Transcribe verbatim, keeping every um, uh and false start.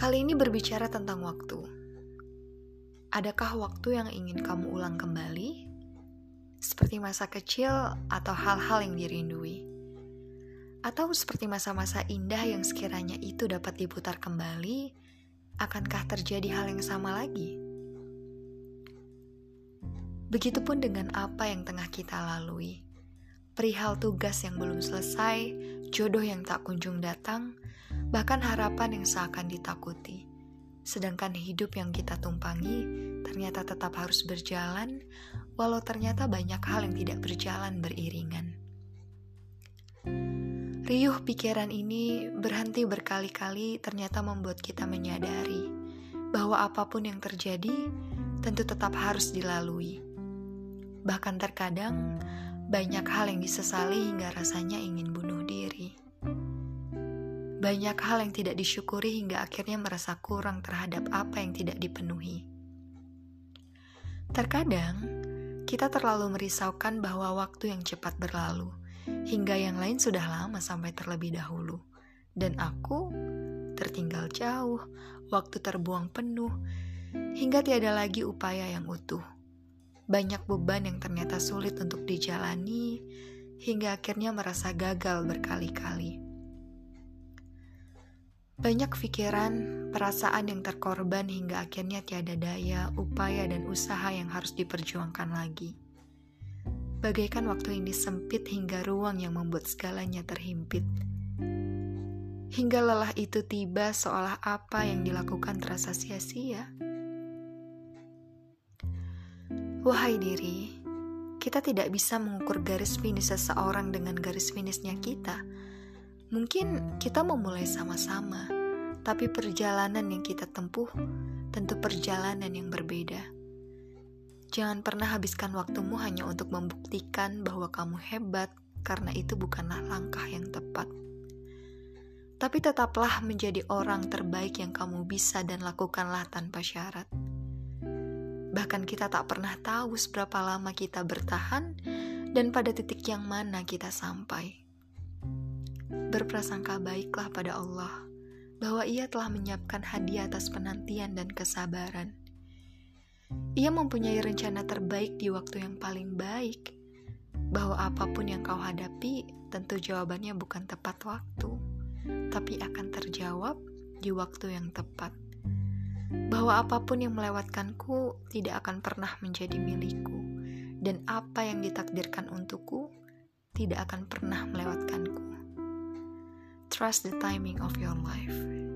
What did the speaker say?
Kali ini berbicara tentang waktu. Adakah waktu yang ingin kamu ulang kembali? Seperti masa kecil atau hal-hal yang dirindui? Atau seperti masa-masa indah yang sekiranya itu dapat diputar kembali, akankah terjadi hal yang sama lagi? Begitupun dengan apa yang tengah kita lalui. Perihal tugas yang belum selesai, jodoh yang tak kunjung datang, bahkan harapan yang seakan ditakuti. Sedangkan hidup yang kita tumpangi ternyata tetap harus berjalan, walau ternyata banyak hal yang tidak berjalan beriringan. Riuh pikiran ini berhenti berkali-kali ternyata membuat kita menyadari bahwa apapun yang terjadi tentu tetap harus dilalui. Bahkan terkadang banyak hal yang disesali hingga rasanya ingin bunuh diri. Banyak hal yang tidak disyukuri hingga akhirnya merasa kurang terhadap apa yang tidak dipenuhi. Terkadang, kita terlalu merisaukan bahwa waktu yang cepat berlalu, hingga yang lain sudah lama sampai terlebih dahulu. Dan aku tertinggal jauh, waktu terbuang penuh, hingga tiada lagi upaya yang utuh. Banyak beban yang ternyata sulit untuk dijalani, hingga akhirnya merasa gagal berkali-kali. Banyak pikiran, perasaan yang terkorban hingga akhirnya tiada daya, upaya dan usaha yang harus diperjuangkan lagi. Bagaikan waktu ini sempit hingga ruang yang membuat segalanya terhimpit. Hingga lelah itu tiba seolah apa yang dilakukan terasa sia-sia. Wahai diri, kita tidak bisa mengukur garis finish seseorang dengan garis finishnya kita. Mungkin kita memulai sama-sama, tapi perjalanan yang kita tempuh tentu perjalanan yang berbeda. Jangan pernah habiskan waktumu hanya untuk membuktikan bahwa kamu hebat, karena itu bukanlah langkah yang tepat. Tapi tetaplah menjadi orang terbaik yang kamu bisa dan lakukanlah tanpa syarat. Bahkan kita tak pernah tahu seberapa lama kita bertahan dan pada titik yang mana kita sampai. Berprasangka baiklah pada Allah bahwa Ia telah menyiapkan hadiah atas penantian dan kesabaran. Ia mempunyai rencana terbaik di waktu yang paling baik, bahwa apapun yang kau hadapi tentu jawabannya bukan tepat waktu, tapi akan terjawab di waktu yang tepat. Bahwa apapun yang melewatkanku tidak akan pernah menjadi milikku, dan apa yang ditakdirkan untukku tidak akan pernah melewatkanku. Trust the timing of your life.